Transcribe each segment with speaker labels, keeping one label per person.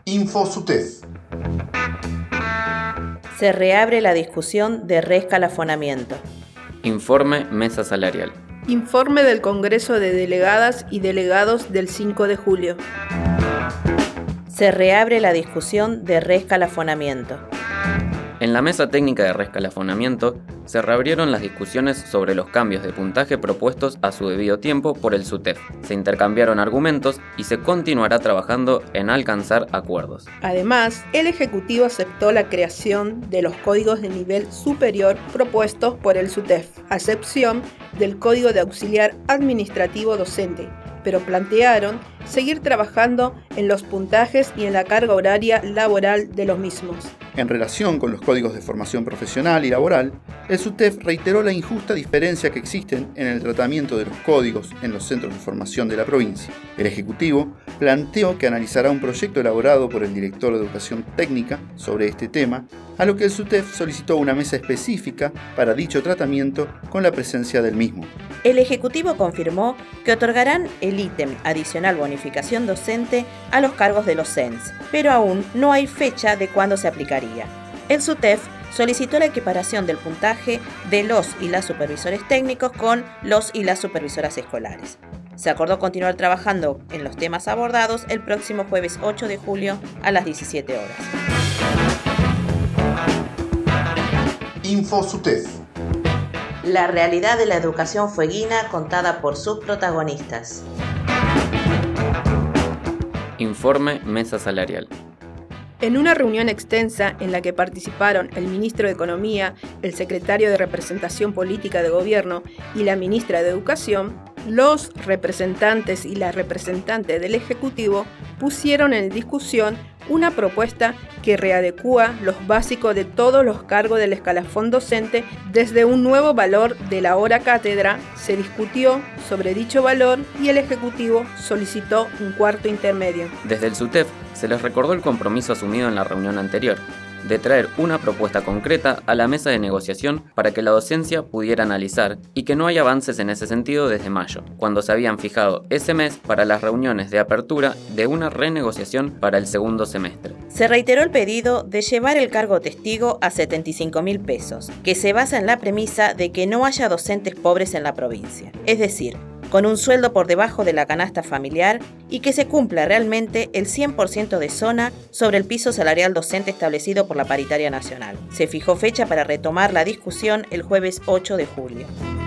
Speaker 1: InfoSUTEF.
Speaker 2: Se reabre la discusión de reescalafonamiento.
Speaker 3: Informe Mesa Salarial.
Speaker 4: Informe del Congreso de Delegadas y Delegados del 5 de julio.
Speaker 2: Se reabre la discusión de reescalafonamiento.
Speaker 3: En la mesa técnica de reescalafonamiento se reabrieron las discusiones sobre los cambios de puntaje propuestos a su debido tiempo por el SUTEF. Se intercambiaron argumentos y se continuará trabajando en alcanzar acuerdos.
Speaker 4: Además, el Ejecutivo aceptó la creación de los códigos de nivel superior propuestos por el SUTEF, a excepción del Código de Auxiliar Administrativo Docente, pero plantearon seguir trabajando en los puntajes y en la carga horaria laboral de los mismos.
Speaker 1: En relación con los códigos de formación profesional y laboral, el SUTEF reiteró la injusta diferencia que existen en el tratamiento de los códigos en los centros de formación de la provincia. El Ejecutivo planteó que analizará un proyecto elaborado por el director de Educación Técnica sobre este tema, a lo que el SUTEF solicitó una mesa específica para dicho tratamiento con la presencia del mismo.
Speaker 2: El Ejecutivo confirmó que otorgarán el ítem adicional bonificación docente a los cargos de los CENS, pero aún no hay fecha de cuándo se aplicaría. El SUTEF solicitó la equiparación del puntaje de los y las supervisores técnicos con los y las supervisoras escolares. Se acordó continuar trabajando en los temas abordados el próximo jueves 8 de julio a las 17 horas.
Speaker 1: InfoSUTEF.
Speaker 2: La realidad de la educación fueguina contada por sus protagonistas.
Speaker 3: Informe Mesa Salarial.
Speaker 4: En una reunión extensa en la que participaron el ministro de Economía, el secretario de Representación Política de Gobierno y la ministra de Educación, los representantes y la representante del Ejecutivo pusieron en discusión una propuesta que readecúa los básicos de todos los cargos del escalafón docente desde un nuevo valor de la hora cátedra. Se discutió sobre dicho valor y el Ejecutivo solicitó un cuarto intermedio.
Speaker 3: Desde el SUTEF se les recordó el compromiso asumido en la reunión anterior, de traer una propuesta concreta a la mesa de negociación para que la docencia pudiera analizar y que no hay avances en ese sentido desde mayo, cuando se habían fijado ese mes para las reuniones de apertura de una renegociación para el segundo semestre.
Speaker 2: Se reiteró el pedido de llevar el cargo testigo a 75.000 pesos, que se basa en la premisa de que no haya docentes pobres en la provincia, es decir, con un sueldo por debajo de la canasta familiar y que se cumpla realmente el 100% de zona sobre el piso salarial docente establecido por la Paritaria Nacional. Se fijó fecha para retomar la discusión el jueves 8 de julio.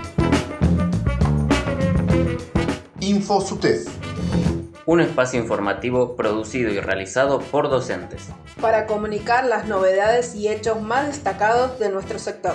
Speaker 1: InfoSUTEF.
Speaker 3: Un espacio informativo producido y realizado por docentes.
Speaker 4: Para comunicar las novedades y hechos más destacados de nuestro sector.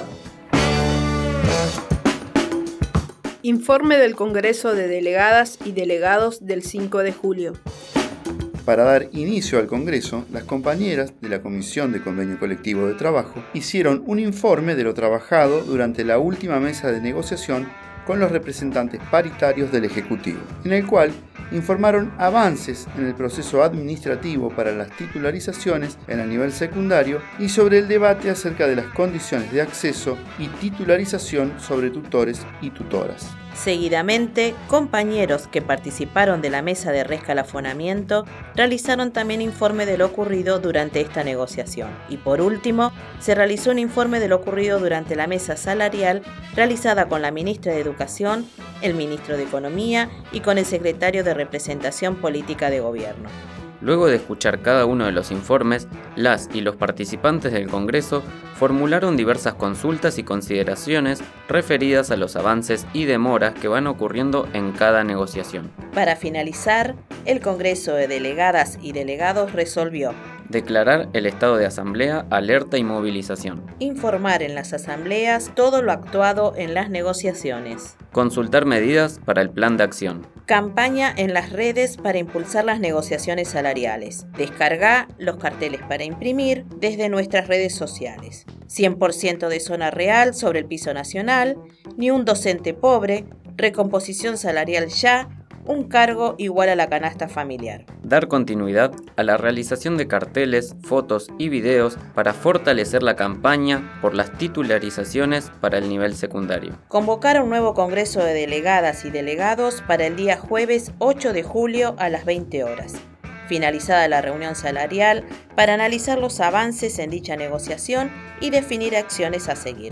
Speaker 4: Informe del Congreso de Delegadas y Delegados del 5 de julio.
Speaker 1: Para dar inicio al Congreso, las compañeras de la Comisión de Convenio Colectivo de Trabajo hicieron un informe de lo trabajado durante la última mesa de negociación con los representantes paritarios del Ejecutivo, en el cual informaron avances en el proceso administrativo para las titularizaciones en el nivel secundario y sobre el debate acerca de las condiciones de acceso y titularización sobre tutores y tutoras.
Speaker 2: Seguidamente, compañeros que participaron de la mesa de reescalafonamiento realizaron también informe de lo ocurrido durante esta negociación. Y por último, se realizó un informe de lo ocurrido durante la mesa salarial realizada con la ministra de Educación, el ministro de Economía y con el secretario de Representación Política de Gobierno.
Speaker 3: Luego de escuchar cada uno de los informes, las y los participantes del Congreso formularon diversas consultas y consideraciones referidas a los avances y demoras que van ocurriendo en cada negociación.
Speaker 2: Para finalizar, el Congreso de Delegadas y Delegados resolvió
Speaker 3: declarar el estado de asamblea, alerta y movilización.
Speaker 2: Informar en las asambleas todo lo actuado en las negociaciones.
Speaker 3: Consultar medidas para el plan de acción.
Speaker 2: Campaña en las redes para impulsar las negociaciones salariales. Descarga los carteles para imprimir desde nuestras redes sociales. 100% de zona real sobre el piso nacional, ni un docente pobre, recomposición salarial ya, un cargo igual a la canasta familiar.
Speaker 3: Dar continuidad a la realización de carteles, fotos y videos para fortalecer la campaña por las titularizaciones para el nivel secundario.
Speaker 2: Convocar a un nuevo Congreso de Delegadas y Delegados para el día jueves 8 de julio a las 20 horas. finalizada la reunión salarial, para analizar los avances en dicha negociación y definir acciones a seguir.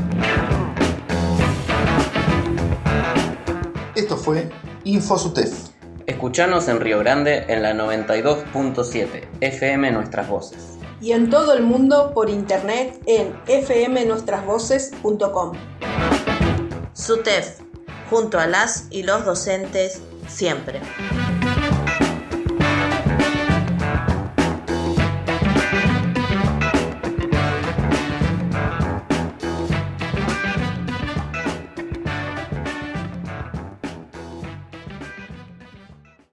Speaker 1: Esto fue InfoSUTEF.
Speaker 3: Escuchanos en Río Grande en la 92.7 FM Nuestras Voces.
Speaker 4: Y en todo el mundo por internet en fmnuestrasvoces.com.
Speaker 2: SUTEF, junto a las y los docentes, siempre.